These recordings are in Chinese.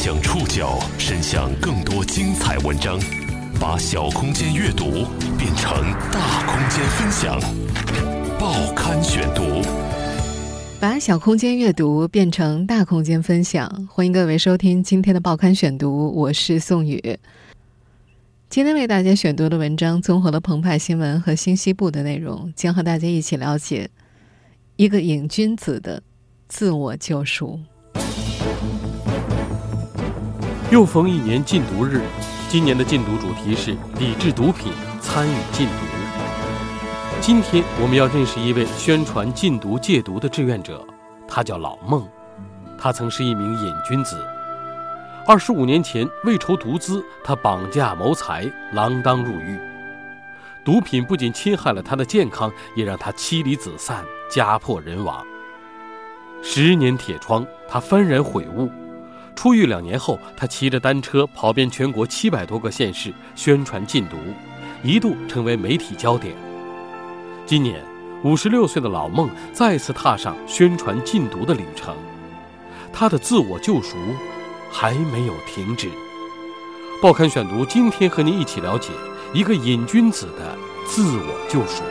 将触角伸向更多精彩文章，把小空间阅读变成大空间分享。报刊选读， 把小空间阅读变成大空间分享。欢迎各位收听今天的报刊选读，我是宋宇。今天为大家选读的文章综合了澎湃新闻和新西部的内容，将和大家一起了解一个瘾君子的自我救赎。 又逢一年禁毒日，今年的禁毒主题是抵制毒品，参与禁毒。今天我们要认识一位宣传禁毒戒毒的志愿者，他叫老孟。他曾是一名瘾君子，25年前为筹毒资，他绑架谋财，锒铛入狱。毒品不仅侵害了他的健康，也让他妻离子散，家破人亡。10年铁窗，他幡然悔悟。出狱2年后，他骑着单车跑遍全国700多个县市，宣传禁毒，一度成为媒体焦点。今年56岁的老孟再次踏上宣传禁毒的旅程，他的自我救赎还没有停止。报刊选读今天和您一起了解一个瘾君子的自我救赎。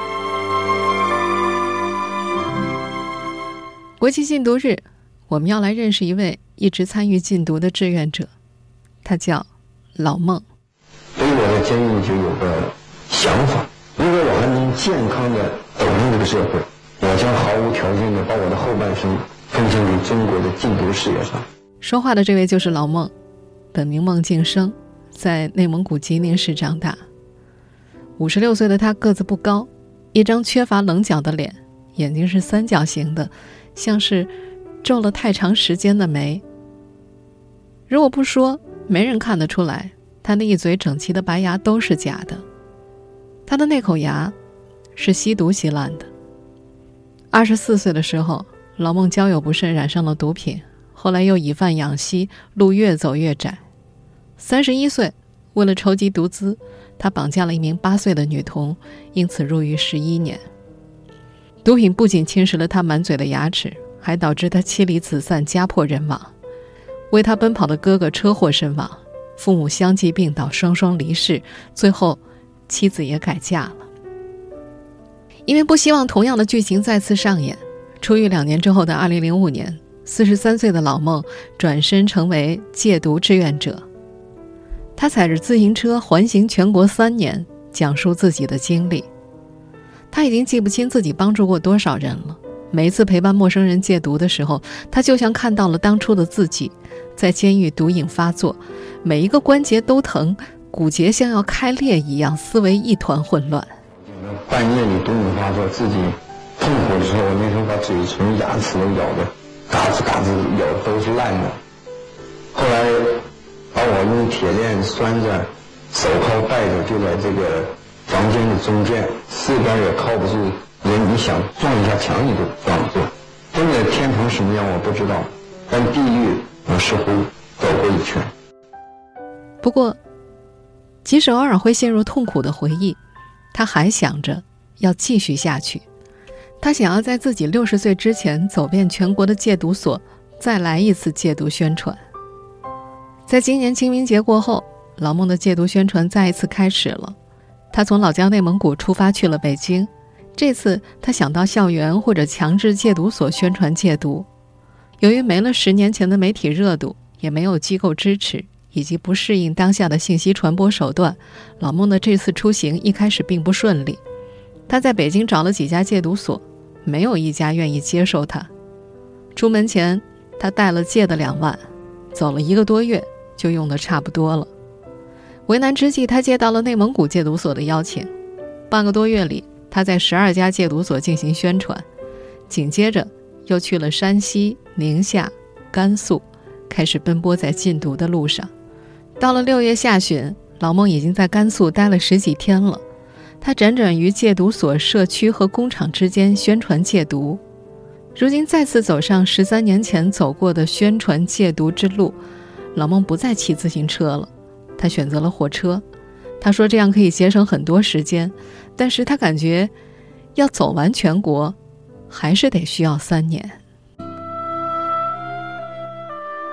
国际禁毒日，我们要来认识一位一直参与禁毒的志愿者，他叫老孟。 所以我在监狱就有个想法，如果我还能健康的走进这个社会，我将毫无条件的把我的后半生奉献给中国的禁毒事业上。 说话的这位就是老孟，本名孟敬生，在内蒙古吉林市长大。56岁的他个子不高，一张缺乏棱角的脸，眼睛是三角形的，像是皱了太长时间的眉。如果不说，没人看得出来他那一嘴整齐的白牙都是假的。他的那口牙是吸毒吸烂的。24岁的时候，老孟交友不慎，染上了毒品，后来又以贩养吸，路越走越窄。31岁，为了筹集毒资，他绑架了一名8岁的女童，因此入狱11年。毒品不仅侵蚀了他满嘴的牙齿，还导致他妻离子散，家破人亡。为他奔跑的哥哥车祸身亡，父母相继病倒，双双离世，最后妻子也改嫁了。因为不希望同样的剧情再次上演，出狱2年之后的2005年，43岁的老孟转身成为戒毒志愿者。他踩着自行车环行全国3年，讲述自己的经历。他已经记不清自己帮助过多少人了，每一次陪伴陌生人戒毒的时候，他就像看到了当初的自己，在监狱毒瘾发作，每一个关节都疼，骨节像要开裂一样，思维一团混乱。 半夜里毒瘾发作，自己痛苦的时候，我那时候把嘴唇牙齿都咬的嘎吱嘎吱咬的都是烂的。后来把我用铁链拴着，手铐带着，就在这个房间的中间，四边也靠不住人，你想撞一下墙你都撞不住。真的天堂什么样我不知道，但地狱我似乎走过一圈。 不过即使偶尔会陷入痛苦的回忆，他还想着要继续下去。他想要在自己60岁之前走遍全国的戒毒所，再来一次戒毒宣传。在今年清明节过后，老孟的戒毒宣传再一次开始了。他从老家内蒙古出发去了北京，这次他想到校园或者强制戒毒所宣传戒毒。由于没了10年前的媒体热度，也没有机构支持，以及不适应当下的信息传播手段，老孟的这次出行一开始并不顺利。他在北京找了几家戒毒所，没有一家愿意接受他。出门前，他带了借的2万，走了1个多月就用得差不多了。为难之际，他接到了内蒙古戒毒所的邀请。半个多月里，他在12家戒毒所进行宣传，紧接着又去了山西、宁夏、甘肃，开始奔波在禁毒的路上。到了6月下旬，老孟已经在甘肃待了10几天了。他辗转于戒毒所、社区和工厂之间宣传戒毒。如今再次走上13年前走过的宣传戒毒之路，老孟不再骑自行车了，他选择了火车。他说这样可以节省很多时间，但是他感觉要走完全国还是得需要3年。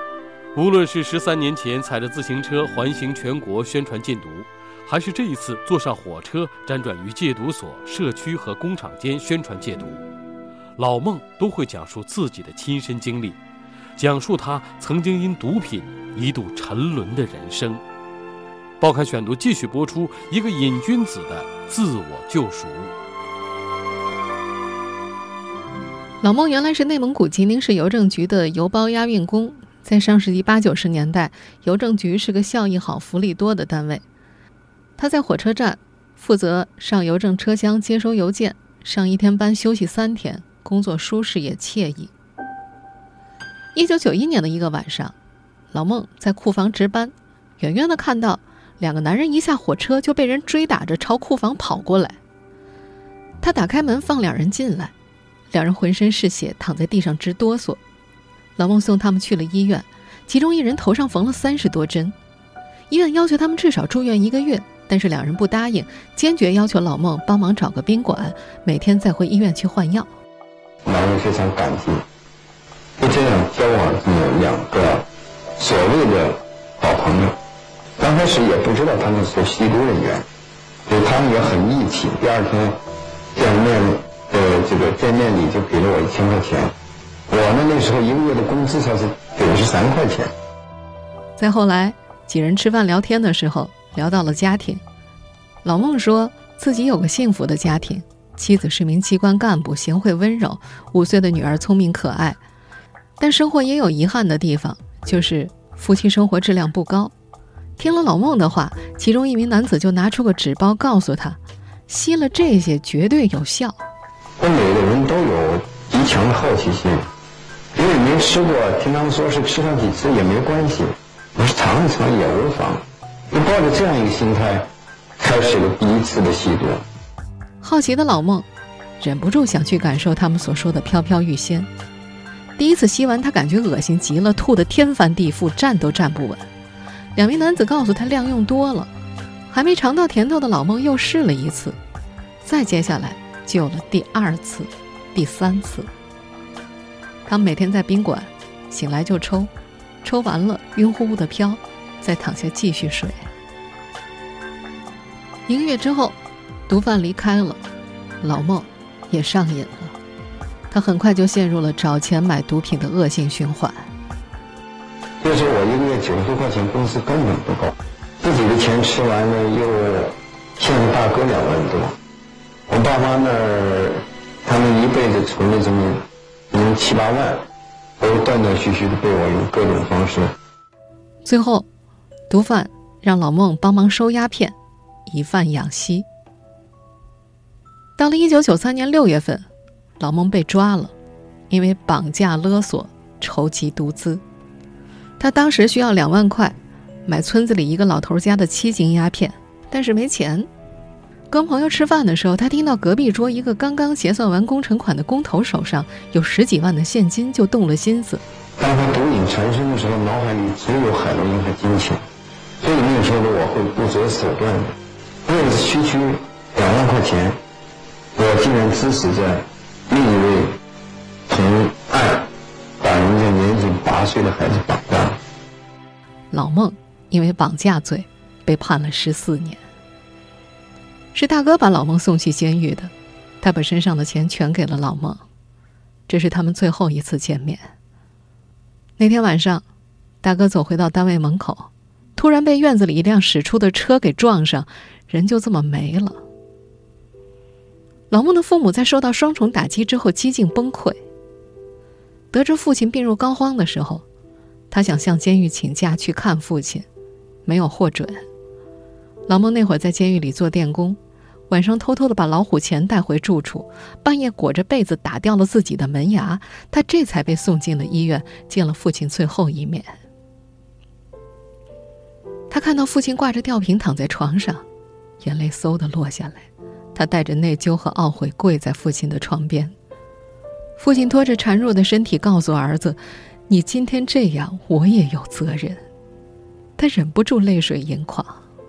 无论是13年前踩着自行车环行全国宣传禁毒，还是这一次坐上火车辗转于戒毒所、社区和工厂间宣传戒毒，老孟都会讲述自己的亲身经历，讲述他曾经因毒品一度沉沦的人生。报刊选读继续播出一个瘾君子的自我救赎。 老孟原来是内蒙古吉宁市邮政局的邮包押运工，在上世纪80、90年代，邮政局是个效益好、福利多的单位。他在火车站负责上邮政车厢接收邮件，上1天班休息3天，工作舒适也惬意。1991年的一个晚上，老孟在库房值班，远远地看到2个男人一下火车就被人追打着朝库房跑过来。他打开门放2人进来，2人浑身是血，躺在地上直哆嗦。老孟送他们去了医院，其中1人头上缝了30多针。医院要求他们至少住院1个月，但是2人不答应，坚决要求老孟帮忙找个宾馆，每天再回医院去换药。 老孟非常感激，就这样交往这么2个所谓的好朋友。刚开始也不知道他们是吸毒人员，所以他们也很义气。第2天见面礼就给了我1000块钱，我呢那时候1个月的工资才是93块钱。 再后来几人吃饭聊天的时候，聊到了家庭。老孟说自己有个幸福的家庭，妻子是名机关干部，贤惠温柔，5岁的女儿聪明可爱。但生活也有遗憾的地方，就是夫妻生活质量不高。听了老孟的话，其中1名男子就拿出个纸包告诉他，吸了这些绝对有效。 我每个人都有极强的好奇心，因为没吃过，听他们说是吃上几次也没关系，我是尝一尝也无妨。就抱着这样一个心态，开始了第1次的吸毒。 好奇的老孟忍不住想去感受他们所说的飘飘欲仙。第1次吸完，他感觉恶心极了，吐得天翻地覆，站都站不稳。2名男子告诉他量用多了，还没尝到甜头的老孟又试了1次，再接下来就有了第2次、第3次。他们每天在宾馆醒来就抽，抽完了晕乎乎的飘，再躺下继续睡。1个月之后，毒贩离开了，老孟也上瘾了。他很快就陷入了找钱买毒品的恶性循环。 那时候我1个月90多块钱工资根本不够，自己的钱吃完了又欠了大哥2万多。我爸妈那儿他们一辈子存了这么7、8万，都断断续续的被我用各种方式。 最后毒贩让老孟帮忙收鸦片，以贩养吸。到了1993年6月份，老孟被抓了，因为绑架勒索筹集毒资。他当时需要2万块买村子里一个老头家的7斤鸦片，但是没钱。跟朋友吃饭的时候，他听到隔壁桌一个刚刚结算完工程款的工头手上有10几万的现金，就动了心思。 当他毒瘾缠身的时候，脑海里只有海洛因和金钱，所以那个时候的我会不择手段的，为了区2万块钱，我竟然支持着另一位同案把人家年仅8岁的孩子绑架了。 老孟因为绑架罪被判了14年。是大哥把老孟送去监狱的，他把身上的钱全给了老孟。这是他们最后1次见面。那天晚上，大哥走回到单位门口，突然被院子里一辆驶出的车给撞上，人就这么没了。老孟的父母在受到双重打击之后几近崩溃。得知父亲病入膏肓的时候，他想向监狱请假去看父亲，没有获准。老孟那会儿在监狱里做电工，晚上偷偷地把老虎钳带回住处，半夜裹着被子打掉了自己的门牙，他这才被送进了医院，见了父亲最后一面。他看到父亲挂着吊瓶躺在床上，眼泪嗖地落下来，他带着内疚和懊悔跪在父亲的床边。父亲拖着孱弱的身体告诉儿子，你今天这样，我也有责任。他忍不住泪水盈眶。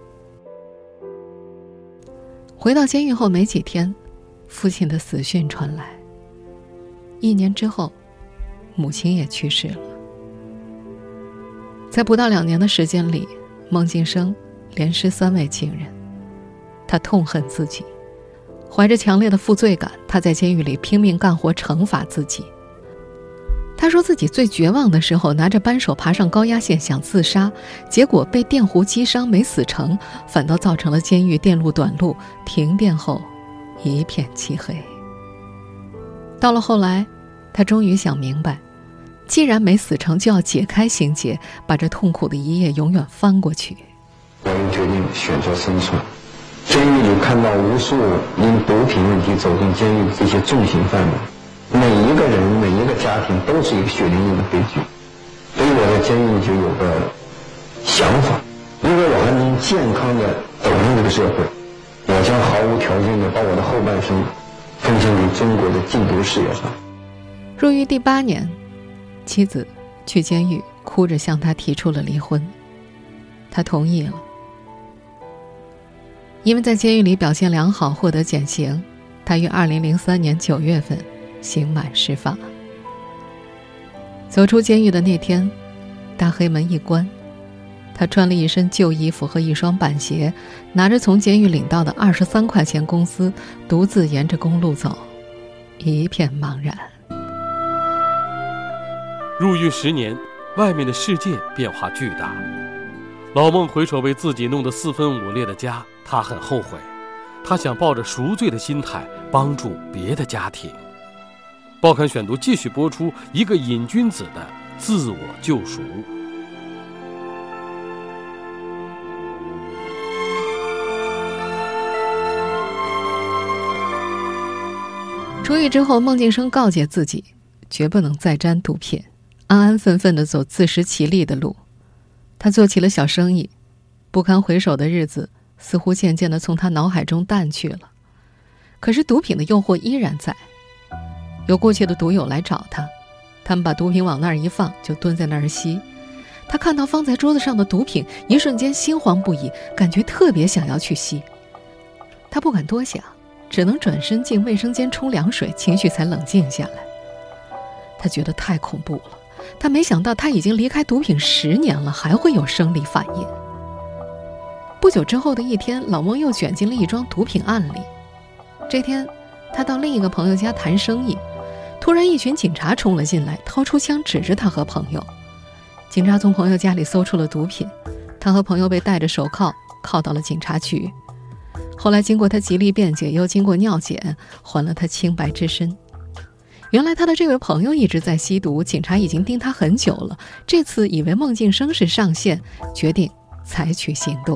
回到监狱后没几天，父亲的死讯传来。1年之后，母亲也去世了。 在不到2年的时间里，孟庆生连失3位亲人。他痛恨自己，怀着强烈的负罪感，他在监狱里拼命干活惩罚自己。他说自己最绝望的时候，拿着扳手爬上高压线想自杀，结果被电弧击伤没死成，反倒造成了监狱电路短路，停电后一片漆黑。到了后来，他终于想明白，既然没死成，就要解开心结，把这痛苦的一页永远翻过去。 我又决定选择生存。监狱里看到无数因毒品问题走进监狱的这些重刑犯们，每一个人每一个家庭都是一个血淋淋的悲剧。所以我在监狱里就有个想法，如果我还能健康的走进这个社会，我将毫无条件的把我的后半生奉献给中国的禁毒事业上。 入狱第8年，妻子去监狱哭着向他提出了离婚，他同意了。因为在监狱里表现良好获得减刑，他于2003年9月份刑满释放。走出监狱的那天，大黑门一关，他穿了一身旧衣服和一双板鞋，拿着从监狱领到的23块钱工资，独自沿着公路走，一片茫然。 入狱10年，外面的世界变化巨大。老孟回首为自己弄得4分5裂的家，他很后悔，他想抱着赎罪的心态帮助别的家庭。报刊选读继续播出一个瘾君子的自我救赎。 出狱之后，孟庆生告诫自己绝不能再沾毒品，安安分分地走自食其力的路。他做起了小生意，不堪回首的日子似乎渐渐地从他脑海中淡去了。可是毒品的诱惑依然在，有过去的毒友来找他，他们把毒品往那儿一放，就蹲在那儿吸。他看到放在桌子上的毒品，一瞬间心慌不已，感觉特别想要去吸。他不敢多想，只能转身进卫生间冲凉水，情绪才冷静下来。他觉得太恐怖了，他没想到他已经离开毒品10年了，还会有生理反应。不久之后的一天，老孟又卷进了一桩毒品案里。这天，他到另一个朋友家谈生意，突然一群警察冲了进来，掏出枪指着他和朋友。警察从朋友家里搜出了毒品，他和朋友被戴着手铐铐到了警察局。后来经过他极力辩解，又经过尿检，还了他清白之身。原来他的这位朋友一直在吸毒，警察已经盯他很久了，这次以为孟庆生是上线，决定采取行动。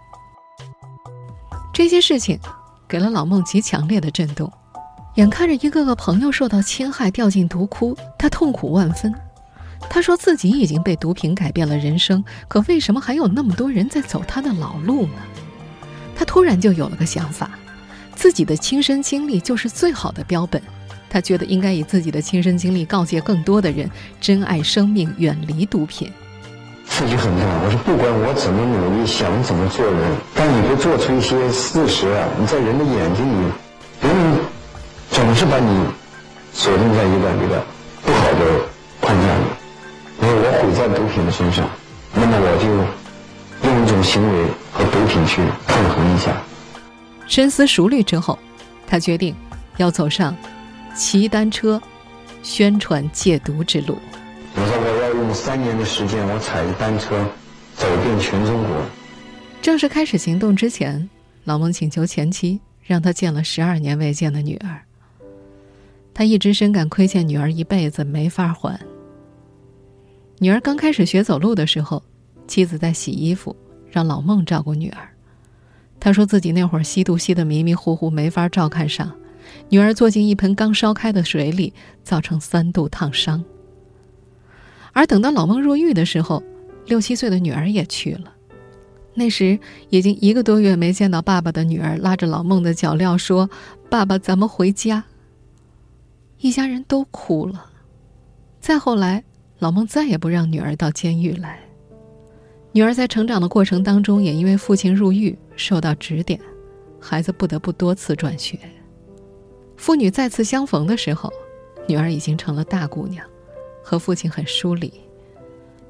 这些事情给了老孟极强烈的震动，眼看着一个个朋友受到侵害，掉进毒窟，他痛苦万分。他说自己已经被毒品改变了人生，可为什么还有那么多人在走他的老路呢？他突然就有了个想法，自己的亲身经历就是最好的标本，他觉得应该以自己的亲身经历告诫更多的人，珍爱生命，远离毒品。 自己很重要，我说不管我怎么努力，想怎么做人，但你不做出一些事实啊，你在人的眼睛里，人总是把你锁定在一个不好的框架里。因为我毁在毒品的身上，那么我就用一种行为和毒品去抗衡一下。 深思熟虑之后，他决定要走上骑单车宣传戒毒之路。 我说我要用3年的时间，我踩着单车走遍全中国。 正式开始行动之前，老孟请求前妻让他见了12年未见的女儿。他一直深感亏欠女儿一辈子，没法还。女儿刚开始学走路的时候，妻子在洗衣服，让老孟照顾女儿。他说自己那会儿吸毒吸得迷迷糊糊，没法照看上。女儿坐进一盆刚烧开的水里，造成3度烫伤。而等到老孟入狱的时候，6、7岁的女儿也去了。那时已经1个多月没见到爸爸的女儿拉着老孟的脚镣说：“爸爸，咱们回家。”一家人都哭了。再后来，老孟再也不让女儿到监狱来。女儿在成长的过程当中，也因为父亲入狱受到指点，孩子不得不多次转学。父女再次相逢的时候，女儿已经成了大姑娘，和父亲很疏离。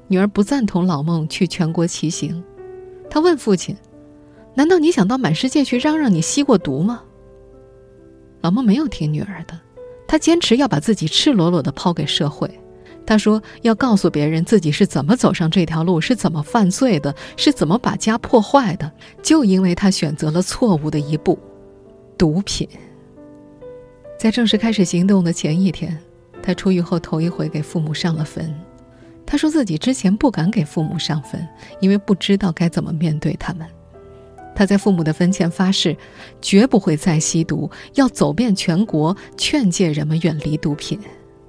女儿不赞同老孟去全国骑行。她问父亲：难道你想到满世界去嚷嚷你吸过毒吗？老孟没有听女儿的，他坚持要把自己赤裸裸地抛给社会。他说要告诉别人自己是怎么走上这条路，是怎么犯罪的，是怎么把家破坏的，就因为他选择了错误的一步——毒品。在正式开始行动的前一天，他出狱后头一回给父母上了坟。他说自己之前不敢给父母上坟，因为不知道该怎么面对他们。他在父母的坟前发誓，绝不会再吸毒，要走遍全国，劝诫人们远离毒品。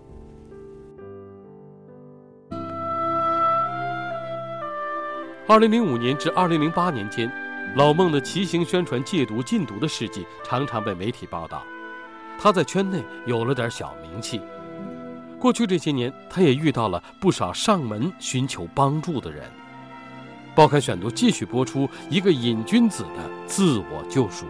2005年至2008年间，老孟的骑行宣传戒毒禁毒的事迹常常被媒体报道，他在圈内有了点小名气。过去这些年，他也遇到了不少上门寻求帮助的人。报刊选读继续播出一个瘾君子的自我救赎。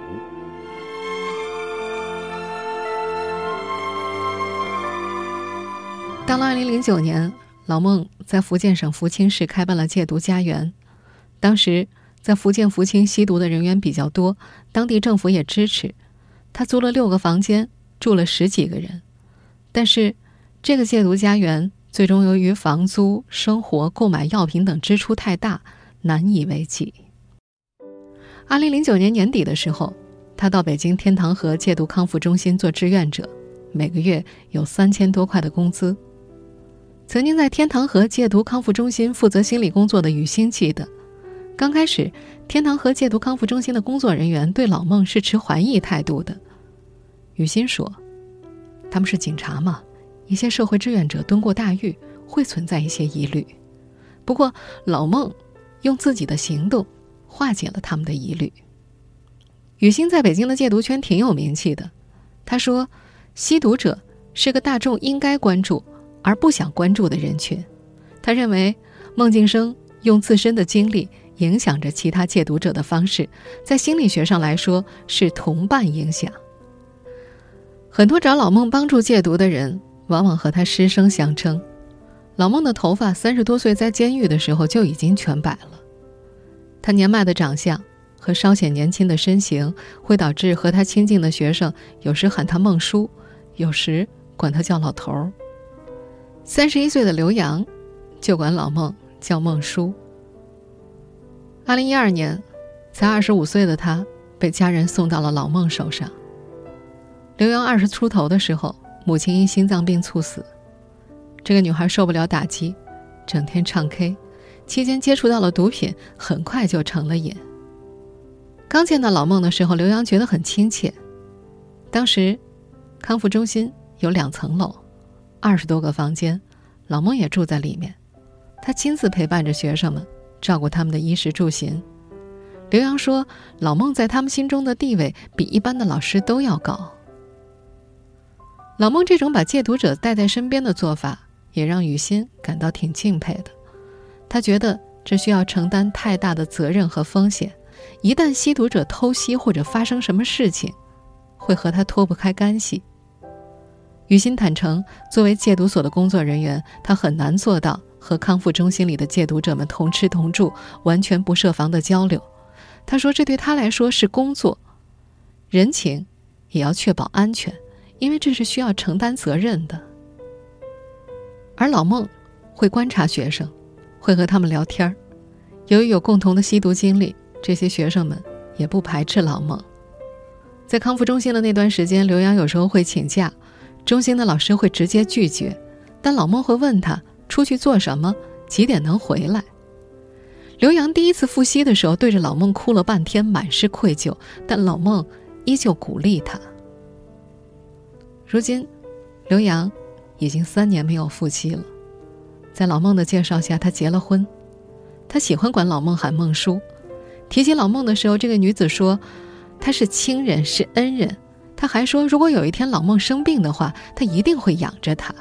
到了2009年，老孟在福建省福清市开办了戒毒家园。当时在福建福清吸毒的人员比较多，当地政府也支持。他租了6个房间，住了10几个人。但是这个戒毒家园最终由于房租、生活、购买药品等支出太大，难以为继。2009年年底的时候，他到北京天堂河戒毒康复中心做志愿者，每个月有3000多块的工资。曾经在天堂河戒毒康复中心负责心理工作的雨欣记得，刚开始天堂河戒毒康复中心的工作人员对老孟是持怀疑态度的。雨欣说，他们是警察嘛，一些社会志愿者蹲过大狱，会存在一些疑虑。不过老孟用自己的行动化解了他们的疑虑。雨欣在北京的戒毒圈挺有名气的，他说吸毒者是个大众应该关注而不想关注的人群。他认为孟敬生用自身的经历影响着其他戒毒者的方式，在心理学上来说是同伴影响。很多找老孟帮助戒毒的人往往和他师生相称。老孟的头发30多岁在监狱的时候就已经全白了。他年迈的长相和稍显年轻的身形会导致和他亲近的学生有时喊他孟叔，有时管他叫老头儿。31岁的刘洋就管老孟叫孟叔。2012年，才25岁的他被家人送到了老孟手上。刘洋20出头的时候，母亲因心脏病猝死。这个女孩受不了打击，整天唱 K， 期间接触到了毒品，很快就成了瘾。刚见到老孟的时候，刘洋觉得很亲切。当时康复中心有2层楼，20多个房间，老孟也住在里面。他亲自陪伴着学生们，照顾他们的衣食住行。刘洋说，老孟在他们心中的地位比一般的老师都要高。老孟这种把戒毒者带在身边的做法，也让雨欣感到挺敬佩的。他觉得这需要承担太大的责任和风险，一旦吸毒者偷吸或者发生什么事情，会和他脱不开干系。雨欣坦诚，作为戒毒所的工作人员，他很难做到和康复中心里的戒毒者们同吃同住，完全不设防的交流。他说这对他来说是工作，人情也要确保安全，因为这是需要承担责任的。而老孟会观察学生，会和他们聊天。由于有共同的吸毒经历，这些学生们也不排斥老孟。在康复中心的那段时间，刘洋有时候会请假，中心的老师会直接拒绝，但老孟会问他出去做什么，几点能回来。刘洋第一次复吸的时候，对着老孟哭了半天，满是愧疚，但老孟依旧鼓励他。如今刘洋已经3年没有复吸了。在老孟的介绍下，他结了婚。他喜欢管老孟喊孟叔。提起老孟的时候，这个女子说他是亲人，是恩人。他还说，如果有一天老孟生病的话，他一定会养着他。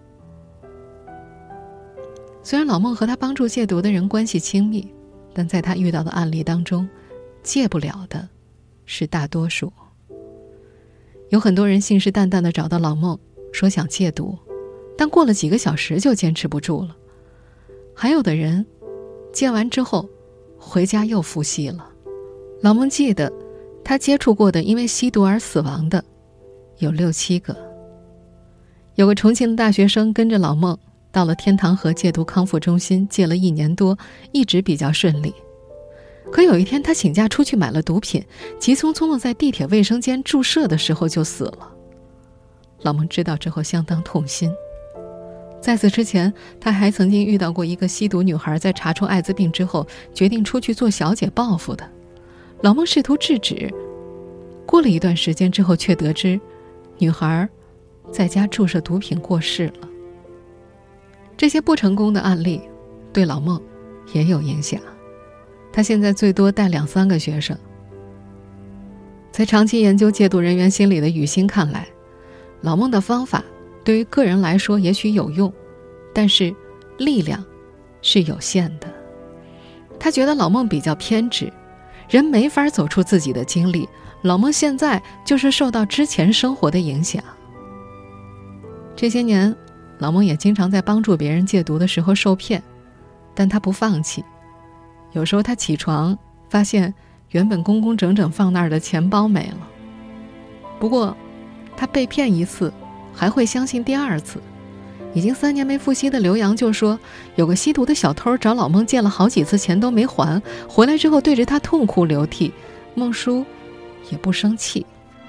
虽然老孟和他帮助戒毒的人关系亲密，但在他遇到的案例当中，戒不了的是大多数。有很多人信誓旦旦地找到老孟，说想戒毒，但过了几个小时就坚持不住了。 还有的人戒完之后回家又复吸了。老孟记得他接触过的因为吸毒而死亡的有6、7个。有个重庆的大学生跟着老孟到了天堂河戒毒康复中心，戒了1年多，一直比较顺利。可有一天他请假出去买了毒品，急匆匆地在地铁卫生间注射的时候就死了。老孟知道之后相当痛心。在此之前，他还曾经遇到过一个吸毒女孩在查出艾滋病之后决定出去做小姐报复的。老孟试图制止，过了一段时间之后却得知女孩在家注射毒品过世了。这些不成功的案例对老孟也有影响，他现在最多带2、3个学生。在长期研究戒毒人员心理的雨欣看来，老孟的方法对于个人来说也许有用，但是力量是有限的。他觉得老孟比较偏执，人没法走出自己的经历，老孟现在就是受到之前生活的影响。这些年，老孟也经常在帮助别人戒毒的时候受骗，但他不放弃。有时候他起床发现原本工工整整放那儿的钱包没了。不过他被骗1次还会相信第2次。已经3年没复吸的刘洋就说，有个吸毒的小偷找老孟借了好几次钱都没还，回来之后对着他痛哭流涕，孟叔也不生气。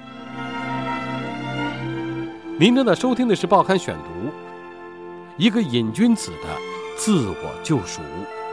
您正在收听的是《报刊选读》，一个瘾君子的自我救赎。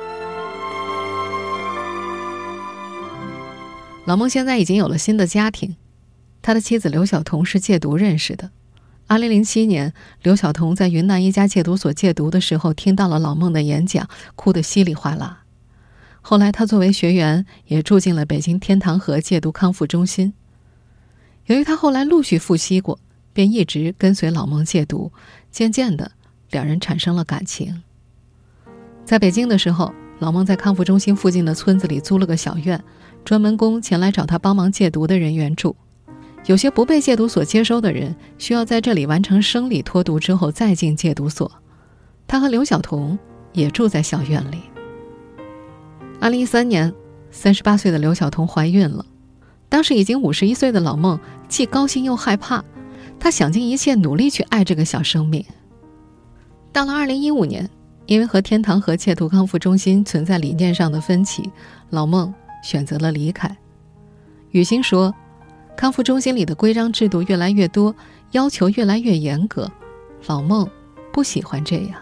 老孟现在已经有了新的家庭，他的妻子刘晓彤是戒毒认识的。2007年，刘晓彤在云南一家戒毒所戒毒的时候，听到了老孟的演讲，哭得稀里哗啦。后来他作为学员也住进了北京天堂河戒毒康复中心。由于他后来陆续复吸过，便一直跟随老孟戒毒，渐渐的两人产生了感情。在北京的时候，老孟在康复中心附近的村子里租了个小院，专门供前来找他帮忙戒毒的人员住。有些不被戒毒所接收的人需要在这里完成生理脱毒之后再进戒毒所。他和刘晓彤也住在小院里。2013年，38岁的刘晓彤怀孕了。当时已经51岁的老孟既高兴又害怕，他想尽一切努力去爱这个小生命。到了2015年，因为和天堂河戒毒康复中心存在理念上的分歧，老孟选择了离开。雨欣说，康复中心里的规章制度越来越多，要求越来越严格，老孟不喜欢这样。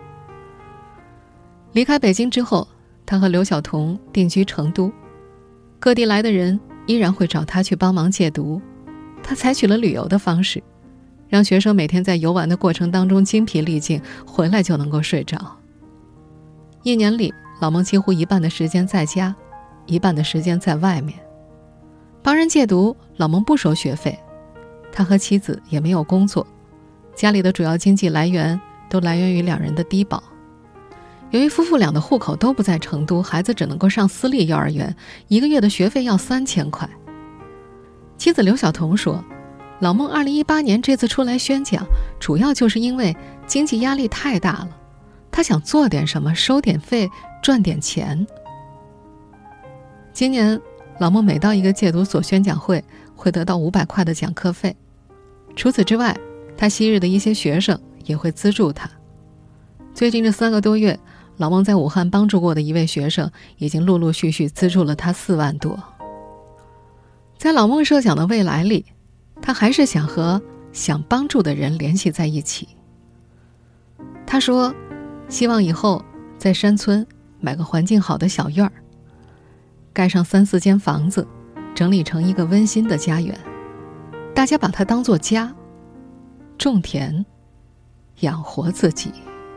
离开北京之后，他和刘晓彤定居成都，各地来的人依然会找他去帮忙戒毒。他采取了旅游的方式，让学生每天在游玩的过程当中精疲力尽，回来就能够睡着。1年里，老孟几乎一半的时间在家，一半的时间在外面。帮人戒毒，老孟不收学费，他和妻子也没有工作，家里的主要经济来源都来源于两人的低保。由于夫妇俩的户口都不在成都，孩子只能够上私立幼儿园，1个月的学费要3000块。妻子刘晓彤说，老孟2018年这次出来宣讲，主要就是因为经济压力太大了，他想做点什么，收点费，赚点钱。今年老孟每到一个戒毒所宣讲会，会得到500块的讲课费。除此之外，他昔日的一些学生也会资助他。最近这3个多月，老孟在武汉帮助过的一位学生，已经陆陆续续资助了他4万多。在老孟设想的未来里，他还是想和想帮助的人联系在一起。他说，希望以后在山村买个环境好的小院儿，盖上3、4间房子，整理成一个温馨的家园，大家把它当作家，种田，养活自己。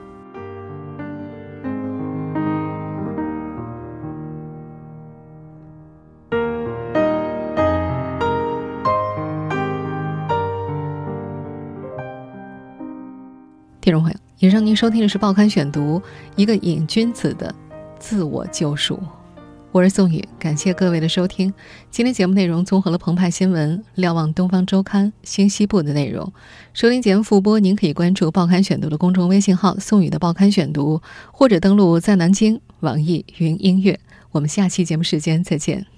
听众朋友，以上您收听的是《报刊选读》，一个瘾君子的自我救赎。 我是宋宇，感谢各位的收听。今天节目内容综合了澎湃新闻、瞭望东方周刊、新西部的内容。收听节目复播，您可以关注报刊选读的公众微信号宋宇的报刊选读，或者登录在南京网易云音乐。我们下期节目时间再见。